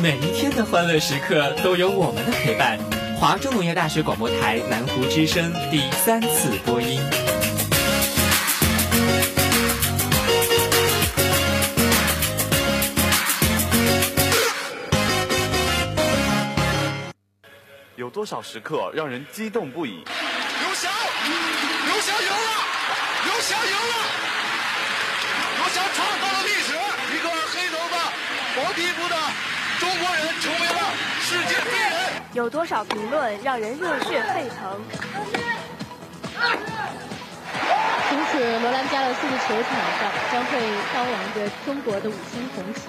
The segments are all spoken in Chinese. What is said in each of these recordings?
每一天的欢乐时刻都有我们的陪伴。华中农业大学广播台南湖之声第3次播音。 有多少时刻让人激动不已？ 刘翔赢了！刘翔赢了！刘翔创造了历史，一个黑头发、黄皮肤的中国人成为了世界飞人。 有多少评论让人热血沸腾？ 从此，罗兰加勒斯的球场上将会飘扬着中国的5星红旗。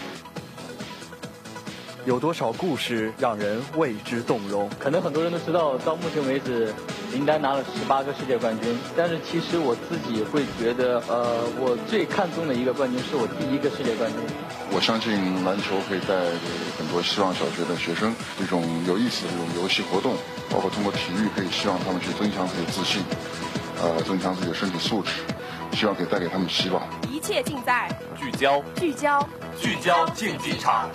有多少故事让人为之动容？ 可能很多人都知道，到目前为止，林丹拿了18个世界冠军。但是其实我自己会觉得，我最看重的一个冠军是我第1个世界冠军。 我相信篮球可以带很多希望小学的学生这种有意思的这种游戏活动，包括通过体育可以希望他们去增强自己的自信，增强自己的身体素质，希望可以带给他们希望。 一切尽在聚焦竞技场。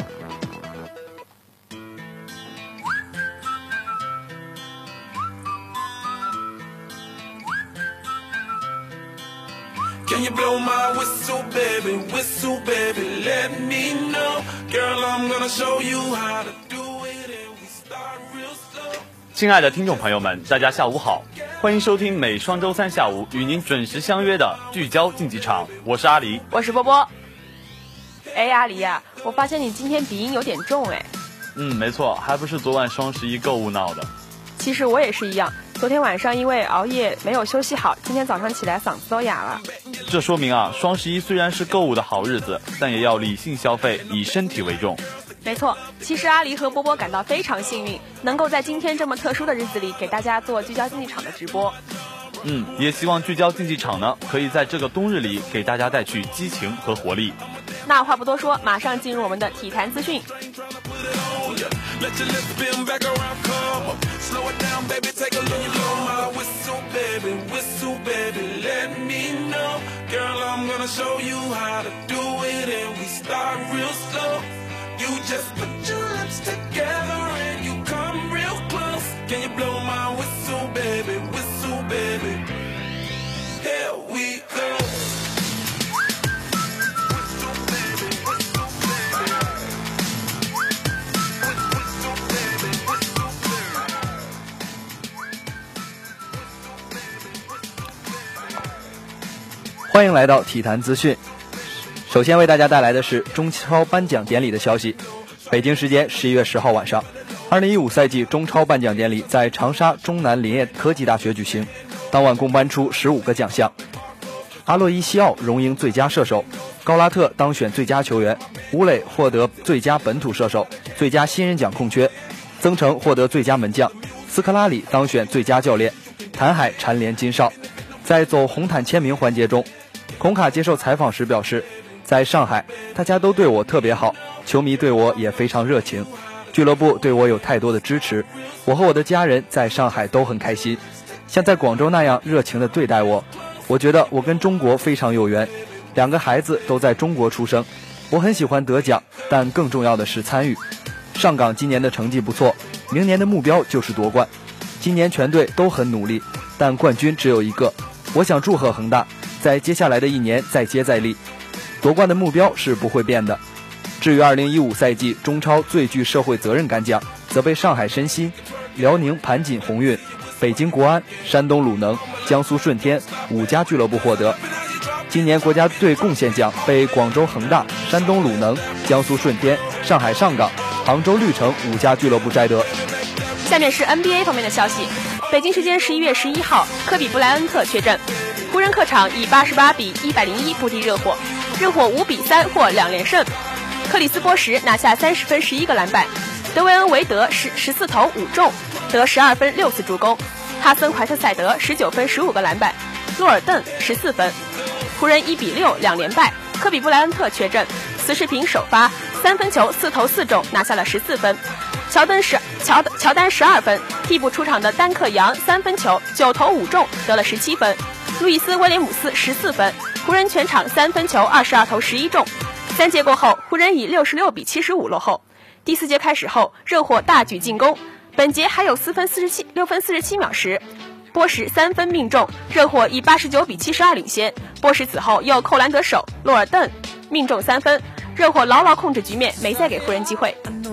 Can you blow my whistle, baby, whistle, baby, let me know. Girl, I'm gonna show you how to do it and we start real slow. 亲爱的听众朋友们，大家下午好，欢迎收听每双周三下午与您准时相约的聚焦竞技场，我是阿狸， 我是波波。哎，阿狸呀，我发现你今天鼻音有点重哎。 没错，还不是昨晚双11购物闹的。 其实我也是一样，昨天晚上因为熬夜没有休息好，今天早上起来嗓子都哑了。 这说明啊，双11虽然是购物的好日子，但也要理性消费，以身体为重。 没错，其实阿狸和波波感到非常幸运，能够在今天这么特殊的日子里给大家做聚焦竞技场的直播。 也希望聚焦竞技场呢，可以在这个冬日里给大家带去激情和活力。 那话不多说，马上进入我们的体坛资讯。 Let your lips spin back around, come on. Slow it down, baby, take a look. Blow my whistle, baby, let me know. Girl, I'm gonna show you how to do it and we start real slow. You just put your lips together and you come real close. Can you blow my whistle, baby, here we go. 欢迎来到体坛资讯。首先为大家带来的是中超颁奖典礼的消息。北京时间11月10号晚上，2015赛季中超颁奖典礼在长沙中南林业科技大学举行。当晚共颁出15个奖项，阿洛伊西奥荣膺最佳射手，高拉特当选最佳球员，吴磊获得最佳本土射手、最佳新人奖空缺，曾诚获得最佳门将，斯科拉里当选最佳教练，谭海蝉联金哨。在走红毯签名环节中，孔卡接受采访时表示，在上海大家都对我特别好，球迷对我也非常热情，俱乐部对我有太多的支持，我和我的家人在上海都很开心，像在广州那样热情地对待我，我觉得我跟中国非常有缘，2个孩子都在中国出生，我很喜欢得奖，但更重要的是参与。上港今年的成绩不错，明年的目标就是夺冠，今年全队都很努力，但冠军只有一个，我想祝贺恒大在接下来的1年再接再厉，夺冠的目标是不会变的。至于2015赛季中超最具社会责任感奖，则被上海申鑫、辽宁盘锦鸿运、北京国安、山东鲁能、江苏舜天5家俱乐部获得。今年国家队贡献奖被广州恒大、山东鲁能、江苏舜天、上海上港、杭州绿城5家俱乐部摘得。 下面是 NBA 方面的消息。北京时间11月11号，科比布莱恩特确诊，湖人客场以88比101不敌热火，热火5比3获2连胜。克里斯波什拿下30分11个篮板，德维恩维德14投5中，得12分6次助攻，哈森怀特塞德19分15个篮板，洛尔顿14分。湖人1比6 2连败，科比布莱恩特确诊，此时平首发3分球4投4中，拿下了14分。乔丹12分，替补出场的丹克杨3分球9投5中，得了17分。路易斯威廉姆斯14分，湖人全场3分球22投11中。3节过后，湖人以66比75落后。 第4节开始后，热火大举进攻，本节还有6分47秒时，波什3分命中，热火以89比72领先。波什此后又扣篮得手，洛尔顿命中3分，热火牢牢控制局面，没再给湖人机会。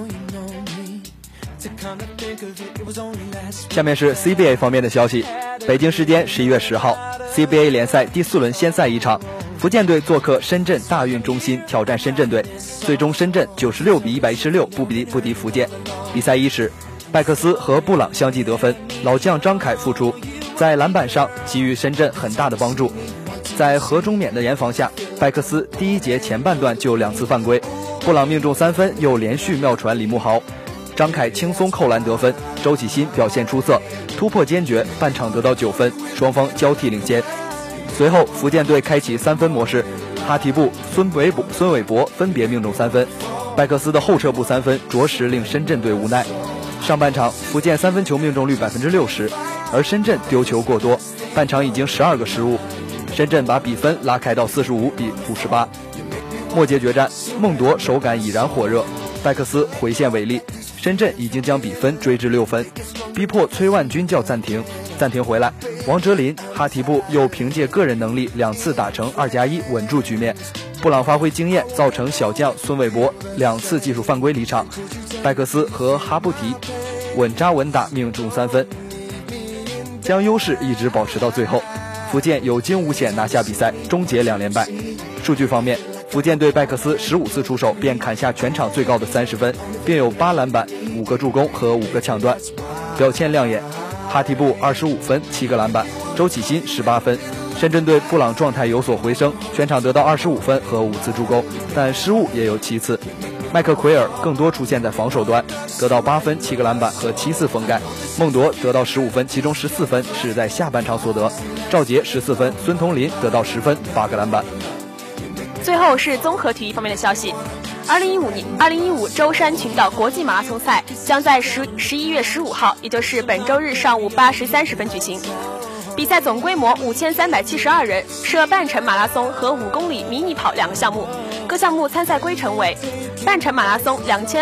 下面是 CBA 方面的消息。北京时间11月10号 CBA 联赛第4轮先赛一场，福建队做客深圳大运中心挑战深圳队，最终深圳96比116不敌福建。比赛伊始，拜克斯和布朗相继得分，老将张凯复出，在篮板上给予深圳很大的帮助。在何中勉的严防下，拜克斯第1节前半段就2次犯规，布朗命中3分，又连续妙传李慕豪，张凯轻松扣篮得分，周启新表现出色，突破坚决，半场得到9分，双方交替领先。随后福建队开启3分模式，哈提布、孙伟博分别命中3分，拜克斯的后撤步3分着实令深圳队无奈。上半场福建3分球命中率60%，而深圳丢球过多，半场已经12个失误，深圳把比分拉开到45比58。末节决战，孟铎手感已然火热，拜克斯回线违例，深圳已经将比分追至6分，逼迫崔万军叫暂停回来，王哲林、哈提布又凭借个人能力2次打成2+1稳住局面，布朗发挥经验，造成小将孙伟博2次技术犯规离场，拜克斯和哈布提稳扎稳打命中3分，将优势一直保持到最后。福建有惊无险拿下比赛，终结2连败。数据方面，福建队拜克斯15次出手便砍下全场最高的30分，并有8篮板、5个助攻和5个抢断，表现亮眼。哈提布25分、7个篮板，周启新18分。深圳队布朗状态有所回升，全场得到25分和5次助攻，但失误也有7次。麦克奎尔更多出现在防守端，得到8分、7个篮板和7次封盖。孟铎得到15分，其中14分是在下半场所得。赵杰14分，孙同林得到10分、8个篮板。 最后是综合体育方面的消息。2015舟山群岛国际马拉松赛将在11月15号，也就是本周日上午8时30分举行。比赛总规模5372人，设半程马拉松和5公里迷你跑2个项目，各项目参赛规程为：半程马拉松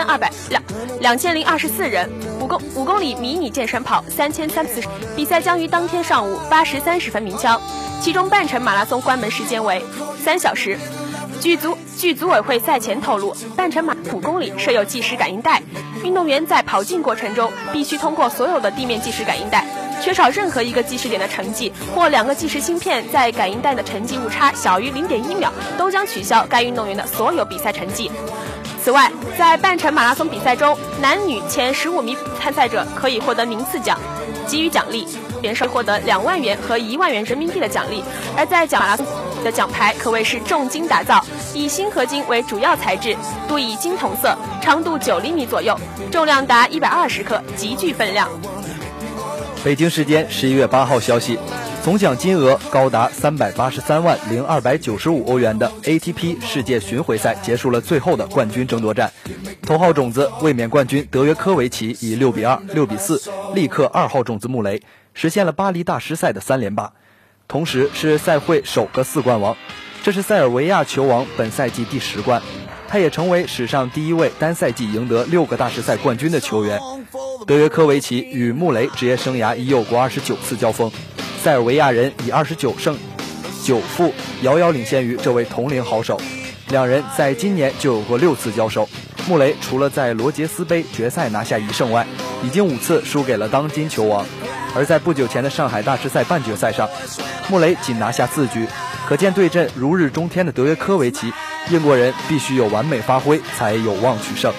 2024人，5公里迷你健身跑3340。比赛将于当天上午8时30分鸣枪，其中半程马拉松关门时间为3小时。据组委会赛前透露，半程马5公里设有计时感应带，运动员在跑进过程中必须通过所有的地面计时感应带，缺少任何一个计时点的成绩或2个计时芯片在感应带的成绩误差小于0.1秒，都将取消该运动员的所有比赛成绩。此外，在半程马拉松比赛中，男女前15名参赛者可以获得名次奖，给予奖励，联手获得2万元和1万元人民币的奖励。而在马拉松的奖牌可谓是重金打造，以锌合金为主要材质，镀以金铜色，长度9厘米左右，重量达120克，极具分量。 北京时间11月8号消息，总奖金额高达383万0295欧元的 ATP 世界巡回赛结束了最后的冠军争夺战。头号种子卫冕冠军德约科维奇以6比2、6比4力克2号种子穆雷，实现了巴黎大师赛的3连霸，同时是赛会首个4冠王。这是塞尔维亚球王本赛季第10冠，他也成为史上第1位单赛季赢得6个大师赛冠军的球员。德约科维奇与穆雷职业生涯已有过29次交锋，塞尔维亚人以29胜9负遥遥领先于这位同龄好手，两人在今年就有过6次交手。穆雷除了在罗杰斯杯决赛拿下1胜外，已经5次输给了当今球王。而在不久前的上海大师赛半决赛上，穆雷仅拿下4局，可见对阵如日中天的德约科维奇，英国人必须有完美发挥才有望取胜。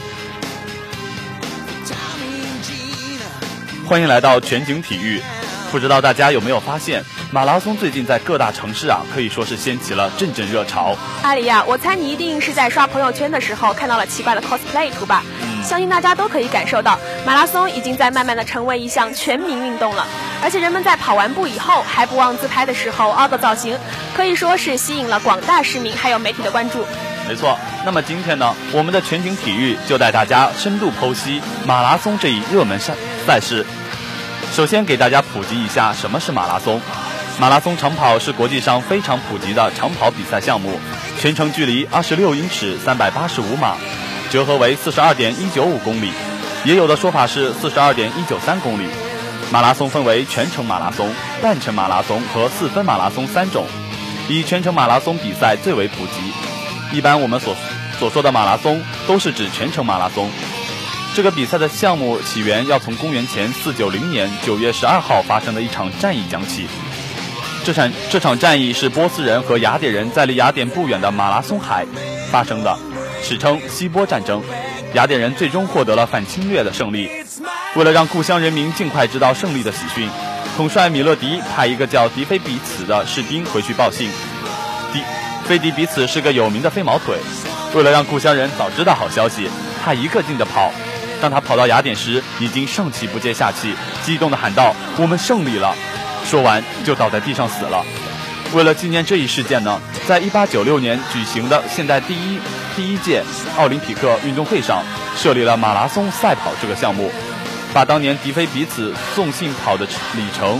欢迎来到全景体育。 不知道大家有没有发现，马拉松最近在各大城市可以说是掀起了阵阵热潮。 阿里呀，我猜你一定是在刷朋友圈的时候看到了奇怪的 cosplay 图吧？相信大家都可以感受到，马拉松已经在慢慢的成为一项全民运动了。而且人们在跑完步以后还不忘自拍的时候凹个造型，可以说是吸引了广大市民还有媒体的关注。 没错，那么今天呢，我们的全景体育就带大家深度剖析马拉松这一热门赛事。首先给大家普及一下什么是马拉松。马拉松长跑是国际上非常普及的长跑比赛项目，全程距离26英尺385码，折合为42.195公里，也有的说法是42.193公里。马拉松分为全程马拉松、半程马拉松和4分马拉松3种，以全程马拉松比赛最为普及。一般我们所说的马拉松都是指全程马拉松。这个比赛的项目起源要从公元前490年9月12号发生的一场战役讲起。这场战役是波斯人和雅典人在离雅典不远的马拉松海发生的，史称希波战争。雅典人最终获得了反侵略的胜利。为了让故乡人民尽快知道胜利的喜讯，统帅米勒迪派一个叫迪菲比此的士兵回去报信。菲迪比此是个有名的飞毛腿，为了让故乡人早知道好消息，他一个劲地跑。当他跑到雅典时，已经上气不接下气，激动地喊道：“我们胜利了！”说完就倒在地上死了。为了纪念这一事件呢，在1896年举行的现代第一届奥林匹克运动会上，设立了马拉松赛跑这个项目，把当年迪菲比此送信跑的里程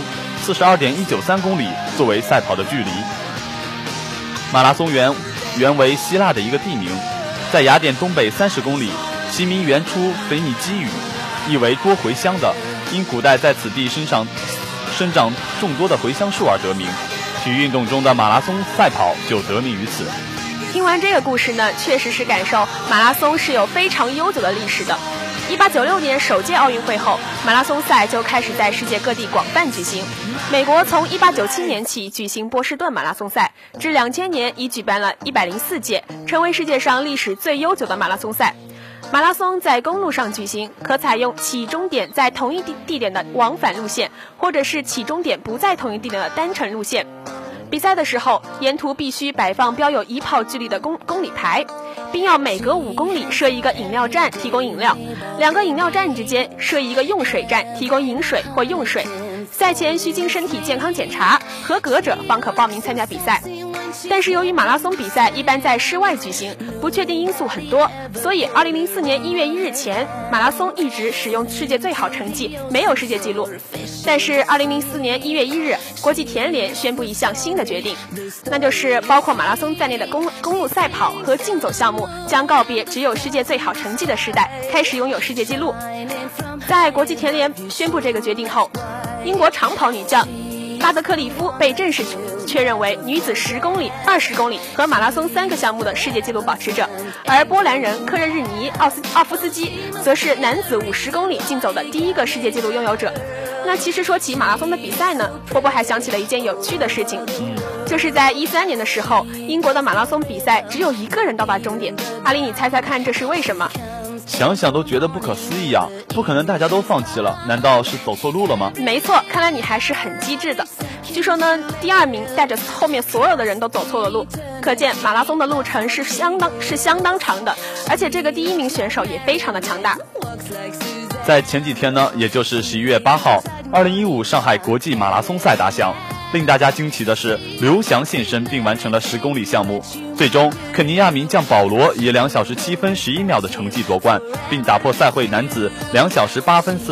42.193公里作为赛跑的距离。马拉松原为希腊的一个地名，在雅典东北30公里，其名原出腓尼基语，意为多茴香的，因古代在此地生长众多的茴香树而得名。体育运动中的马拉松赛跑就得名于此。 听完这个故事呢，确实是感受马拉松是有非常悠久的历史的。1896年首届奥运会后，马拉松赛就开始在世界各地广泛举行。美国从1897年起举行波士顿马拉松赛，至2000年已举办了104届，成为世界上历史最悠久的马拉松赛。马拉松在公路上举行，可采用起终点在同一地点的往返路线，或者是起终点不在同一地点的单程路线。比赛的时候，沿途必须摆放标有1跑距离的公里牌，并要每隔5公里设一个饮料站提供饮料，2个饮料站之间设一个用水站提供饮水或用水。赛前需经身体健康检查，合格者方可报名参加比赛。但是由于马拉松比赛一般在室外举行，不确定因素很多，所以2004年1月1日前，马拉松一直使用世界最好成绩，没有世界纪录。但是2004年1月1日，国际田联宣布一项新的决定，那就是包括马拉松在内的公路赛跑和竞走项目将告别只有世界最好成绩的时代，开始拥有世界纪录。在国际田联宣布这个决定后，英国长跑女将拉德克里夫被正式确认为女子10公里、20公里和马拉松3个项目的世界纪录保持者，而波兰人科热日尼奥夫斯基则是男子50公里竞走的第一个世界纪录拥有者。那其实说起马拉松的比赛呢，波波还想起了一件有趣的事情，就是在13年的时候，英国的马拉松比赛只有1个人到达终点。阿里，你猜猜看这是为什么？ 想想都觉得不可思议啊！不可能大家都放弃了，难道是走错路了吗？ 没错，看来你还是很机智的。据说呢，第2名带着后面所有的人都走错了路，可见马拉松的路程是相当长的，而且这个第1名选手也非常的强大。 在前几天呢，也就是11月8号，2015上海国际马拉松赛打响。令大家惊奇的是，刘翔现身并完成了10公里项目。最终，肯尼亚名将保罗以2小时7分11秒的成绩夺冠，并打破赛会男子2小时8分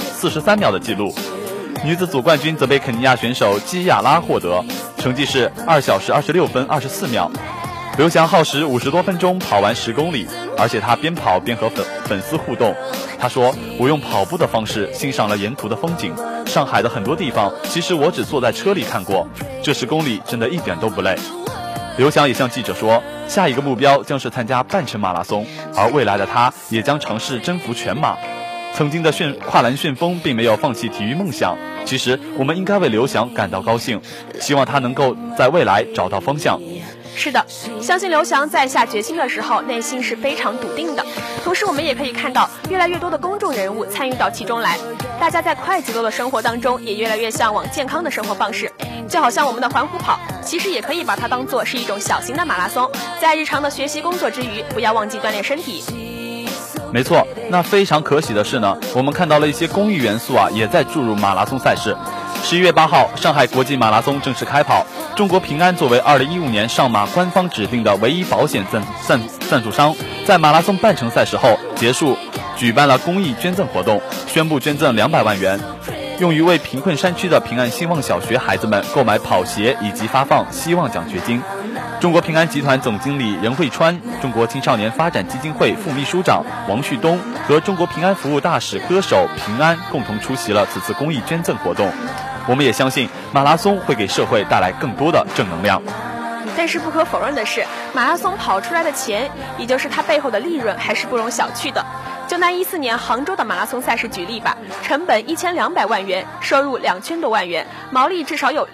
43秒的纪录。女子组冠军则被肯尼亚选手基亚拉获得，成绩是2小时26分24秒。刘翔耗时50多分钟跑完10公里，而且他边跑边和粉丝互动。他说：“我用跑步的方式欣赏了沿途的风景，上海的很多地方其实我只坐在车里看过，这10公里真的一点都不累。”刘翔也向记者说，下一个目标将是参加半程马拉松，而未来的他也将尝试征服全马。曾经的跨栏旋风并没有放弃体育梦想，其实我们应该为刘翔感到高兴，希望他能够在未来找到方向。 是的，相信刘翔在下决心的时候，内心是非常笃定的。 同时我们也可以看到越来越多的公众人物参与到其中来，大家在快节奏的生活当中也越来越向往健康的生活方式，就好像我们的环湖跑，其实也可以把它当作是一种小型的马拉松，在日常的学习工作之余，不要忘记锻炼身体。 没错，那非常可喜的是呢，我们看到了一些公益元素也在注入马拉松赛事。11月8号，上海国际马拉松正式开跑。中国平安作为2015年上马官方指定的唯一保险赞助商，在马拉松半程赛事后结束，举办了公益捐赠活动，宣布捐赠200万元，用于为贫困山区的平安希望小学孩子们购买跑鞋以及发放希望奖学金。中国平安集团总经理任慧川、中国青少年发展基金会副秘书长王旭东和中国平安服务大使歌手平安共同出席了此次公益捐赠活动。我们也相信马拉松会给社会带来更多的正能量。 但是不可否认的是，马拉松跑出来的钱，也就是它背后的利润，还是不容小觑的。就拿14年杭州的马拉松赛事举例吧，成本1200万元，收入2000多万元，毛利至少有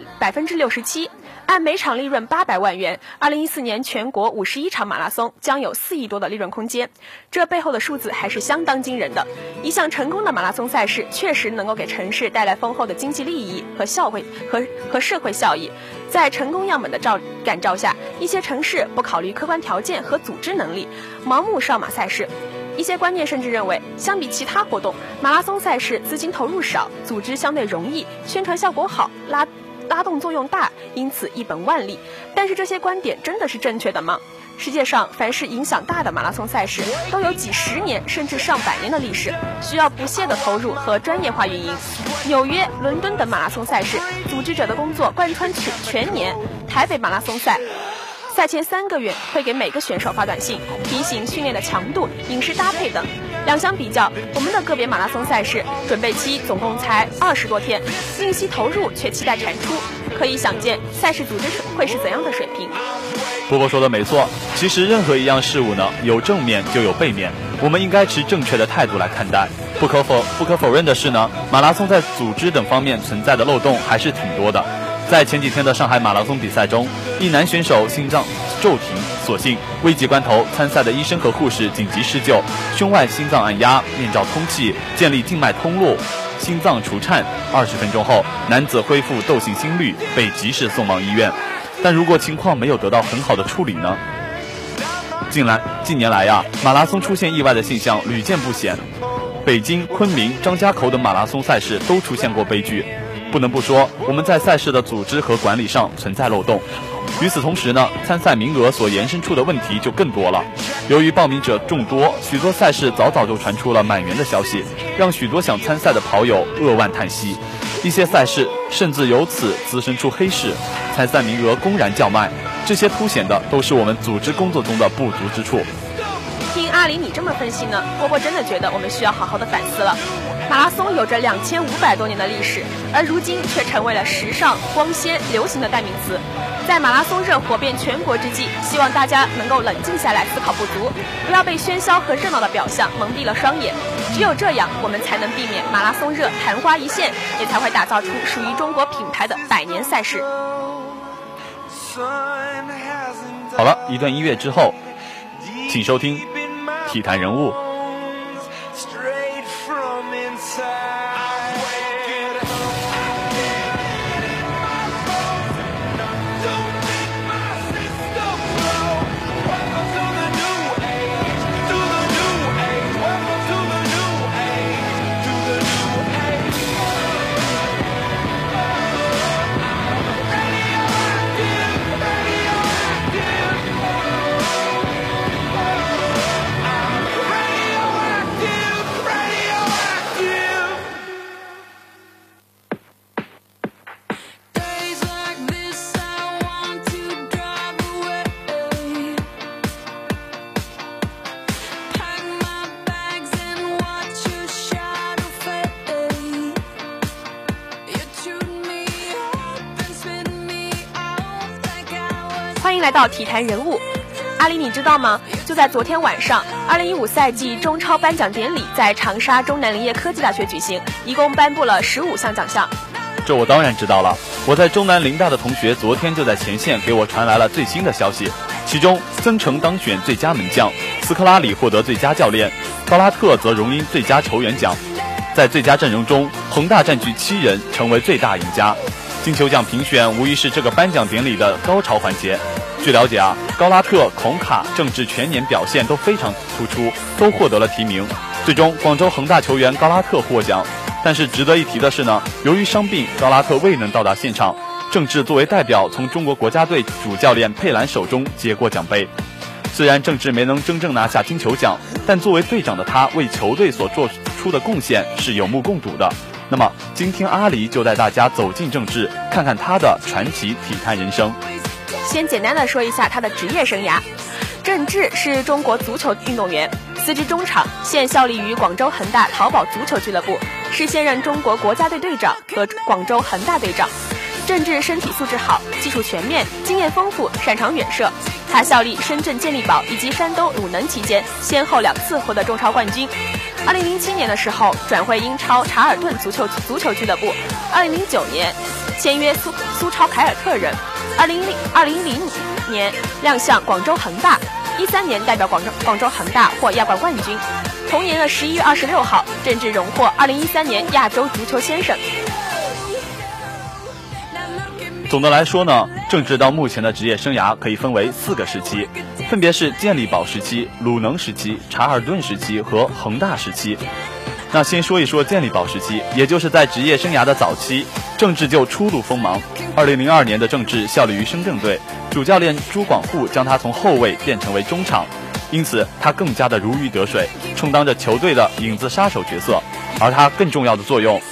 67%。按每场利润800万元，2014年全国51场马拉松将有4亿多的利润空间，这背后的数字还是相当惊人的。一项成功的马拉松赛事确实能够给城市带来丰厚的经济利益和社会效益。在成功样本的感召下，一些城市不考虑客观条件和组织能力，盲目上马赛事。一些观念甚至认为，相比其他活动，马拉松赛事资金投入少，组织相对容易，宣传效果好，拉动作用大，因此一本万利。但是这些观点真的是正确的吗？世界上凡是影响大的马拉松赛事都有几十年甚至上百年的历史，需要不懈的投入和专业化运营。纽约、伦敦等马拉松赛事组织者的工作贯穿全年，台北马拉松赛前3个月会给每个选手发短信，提醒训练的强度、饮食搭配等。两相比较，我们的个别马拉松赛事准备期总共才20多天，信息投入却期待产出，可以想见赛事组织会是怎样的水平。 波波说的没错，其实任何一样事物呢，有正面就有背面，我们应该持正确的态度来看待。不可否认的是呢，马拉松在组织等方面存在的漏洞还是挺多的。在前几天的上海马拉松比赛中，一男选手心脏骤停，所幸危急关头，参赛的医生和护士紧急施救，胸外心脏按压，面罩通气，建立静脉通路，心脏除颤。20分钟后，男子恢复窦性心律，被及时送往医院。但如果情况没有得到很好的处理呢？近年来马拉松出现意外的现象屡见不鲜，北京、昆明、张家口等马拉松赛事都出现过悲剧。不能不说，我们在赛事的组织和管理上存在漏洞。与此同时呢，参赛名额所延伸出的问题就更多了。由于报名者众多，许多赛事早就传出了满员的消息，让许多想参赛的跑友扼腕叹息。一些赛事甚至由此滋生出黑市，参赛名额公然叫卖，这些凸显的都是我们组织工作中的不足之处。 听阿里你这么分析呢，波波真的觉得我们需要好好的反思了。马拉松有着2500多年的历史，而如今却成为了时尚、光鲜、流行的代名词。在马拉松热火遍全国之际，希望大家能够冷静下来思考不足，不要被喧嚣和热闹的表象蒙蔽了双眼。只有这样，我们才能避免马拉松热昙花一现，也才会打造出属于中国品牌的100年赛事。 好了，一段音乐之后，请收听体坛人物。 欢迎来到体坛人物。阿里你知道吗？就在昨天晚上，2015赛季中超颁奖典礼在长沙中南林业科技大学举行，一共颁布了15项奖项。 这我当然知道了，我在中南林大的同学昨天就在前线给我传来了最新的消息，其中曾诚当选最佳门将斯科拉里获得最佳教练，高拉特则荣膺最佳球员奖。在最佳阵容中，恒大占据7人，成为最大赢家。金球奖评选无疑是这个颁奖典礼的高潮环节。据了解啊，高拉特、孔卡、郑智全年表现都非常突出，都获得了提名。最终，广州恒大球员高拉特获奖。但是值得一提的是呢，由于伤病，高拉特未能到达现场。郑智作为代表，从中国国家队主教练佩兰手中接过奖杯。虽然郑智没能真正拿下金球奖，但作为队长的他为球队所做出的贡献是有目共睹的。那么今天阿狸就带大家走进郑智，看看他的传奇体坛人生。 先简单的说一下他的职业生涯。郑智是中国足球运动员，司职中场，现效力于广州恒大淘宝足球俱乐部，是现任中国国家队队长和广州恒大队长。郑智身体素质好，技术全面，经验丰富，擅长远射。他效力深圳健力宝以及山东鲁能期间，先后2次获得中超冠军。2007年的时候转会英超查尔顿足球俱乐部，2009年签约苏超凯尔特人，2010年亮相广州恒大，13年代表广州恒大获亚冠冠军。同年的11月26号，郑智荣获2013年亚洲足球先生。 总的来说呢，郑智到目前的职业生涯可以分为4个时期，分别是健力宝时期、鲁能时期、查尔顿时期和恒大时期。那先说一说健力宝时期，也就是在职业生涯的早期，郑智就初露锋芒。2002年的郑智效力于深圳队，主教练朱广沪将他从后卫变成为中场，因此他更加的如鱼得水，充当着球队的影子杀手角色。而他更重要的作用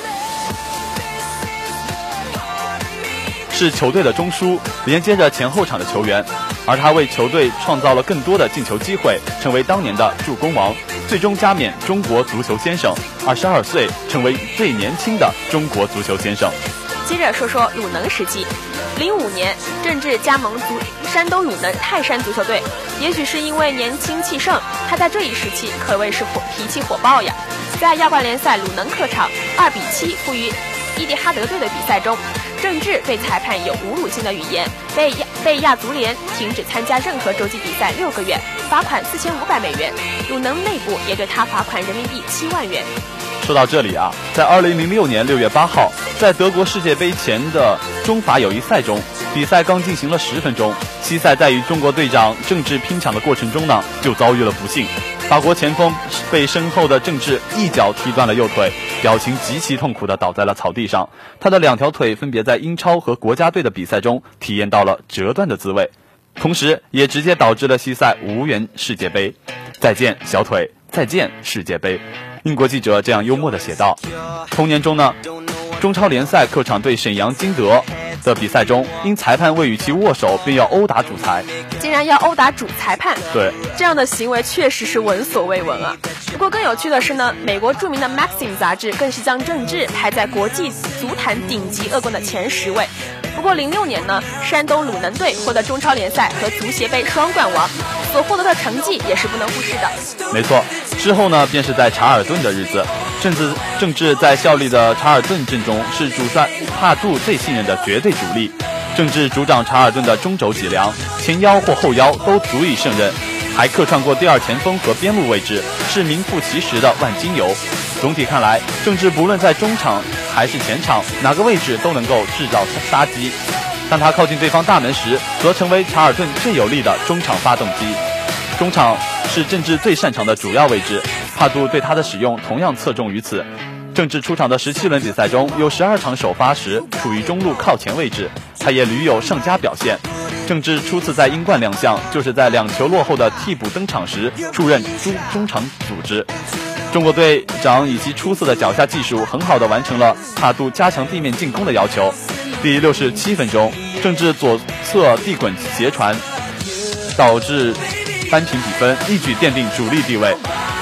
是球队的中枢，连接着前后场的球员，而他为球队创造了更多的进球机会，成为当年的助攻王，最终加冕中国足球先生，22岁成为最年轻的中国足球先生。 接着说说鲁能时期，05年郑智加盟山东鲁能泰山足球队，也许是因为年轻气盛，他在这一时期可谓是脾气火爆呀。在亚冠联赛鲁能客场2-7负于伊蒂哈德队的比赛中，郑智对裁判有侮辱性的语言，被亚足联停止参加任何洲际比赛6个月，罚款4500美元。鲁能内部也对他罚款人民币7万元。 说到这里啊，在2006年6月8号，在德国世界杯前的中法友谊赛中，比赛刚进行了10分钟，西塞在与中国队长郑智拼抢的过程中呢，就遭遇了不幸。法国前锋被身后的郑智一脚踢断了右腿，表情极其痛苦地倒在了草地上。他的2条腿分别在英超和国家队的比赛中体验到了折断的滋味，同时也直接导致了西塞无缘世界杯。再见小腿，再见世界杯。英国记者这样幽默地写道。同年中呢，中超联赛客场对沈阳金德的比赛中，因裁判未与其握手，便要殴打主裁。 竟然要殴打主裁判， 对， 这样的行为确实是闻所未闻啊。不过更有趣的是呢，美国著名的 Maxim 杂志更是将郑智排在国际足坛顶级恶棍的前10位。不过06年呢，山东鲁能队获得中超联赛和足协杯双冠王，所获得的成绩也是不能忽视的。 没错，之后呢，便是在查尔顿的日子。郑智在效力的查尔顿阵中是主帅帕杜最信任的绝对主力。郑智主掌查尔顿的中轴脊梁，前腰或后腰都足以胜任，还客串过第2前锋和边路位置，是名副其实的万金油。总体看来，郑智不论在中场还是前场，哪个位置都能够制造杀机。当他靠近对方大门时，则成为查尔顿最有力的中场发动机。中场是郑智最擅长的主要位置，帕杜对他的使用同样侧重于此。郑智出场的17轮比赛中，有12场首发时处于中路靠前位置，他也屡有上佳表现。郑智初次在英冠亮相，就是在2球落后的替补登场时出任中场组织。中国队长以其出色的脚下技术，很好地完成了帕杜加强地面进攻的要求。第67分钟，郑智左侧地滚斜传，导致扳平比分，一举奠定主力地位。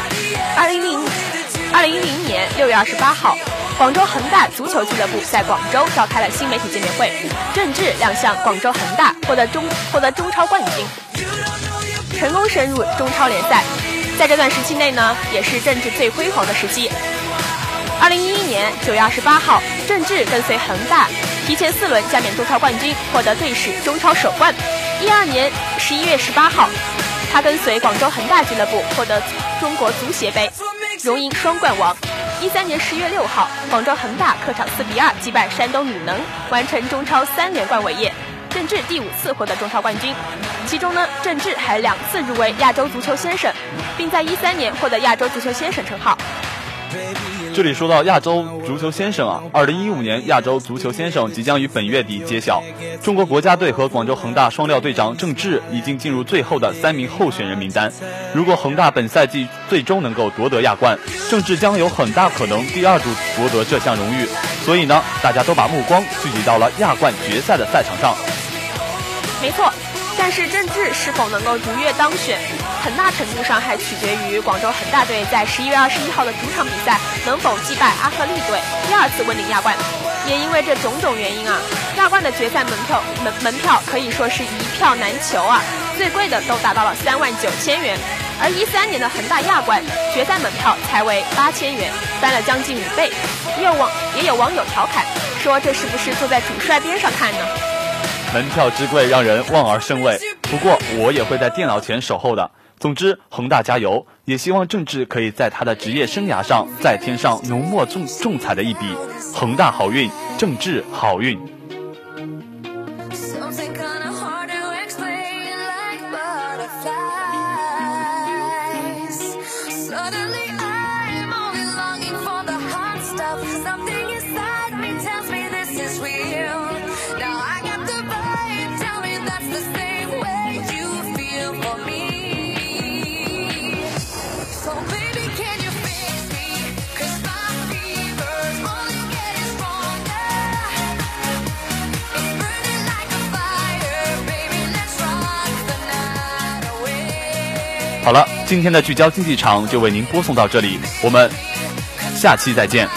2010年6月28号，广州恒大足球俱乐部在广州召开了新媒体见面会，郑智亮相广州恒大，获得中超冠军，成功升入中超联赛。在这段时期内呢，也是郑智最辉煌的时期。2011年9月28号，郑智跟随恒大提前4轮加冕中超冠军，获得队史中超首冠。12年11月18号， 他跟随广州恒大俱乐部获得中国足协杯，荣膺双冠王。13年10月6号，广州恒大客场4-2击败山东鲁能，完成中超3连冠伟业。郑智第5次获得中超冠军，其中呢，郑智还2次入围亚洲足球先生，并在13年获得亚洲足球先生称号。 这里说到亚洲足球先生啊，2015年亚洲足球先生即将于本月底揭晓。中国国家队和广州恒大双料队长郑智已经进入最后的3名候选人名单。如果恒大本赛季最终能够夺得亚冠，郑智将有很大可能第2度夺得这项荣誉。所以呢，大家都把目光聚集到了亚冠决赛的赛场上。 没错，但是郑智是否能够如约当选，很大程度上还取决于广州恒大队在11月21号的主场比赛能否击败阿赫利队，第2次问鼎亚冠。也因为这种种原因啊，亚冠的决赛门票可以说是一票难求啊，最贵的都达到了39000元，而13年的恒大亚冠决赛门票才为8000元，翻了将近5倍。也有网友调侃说，这是不是坐在主帅边上看呢？ 门票之贵让人望而生畏，不过我也会在电脑前守候的。总之，恒大加油，也希望郑智可以在他的职业生涯上再添上浓墨重彩的一笔。恒大好运，郑智好运。好了，今天的聚焦竞技场就为您播送到这里，我们下期再见。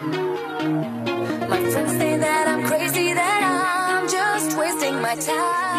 My friends say that I'm crazy, that I'm just wasting my time.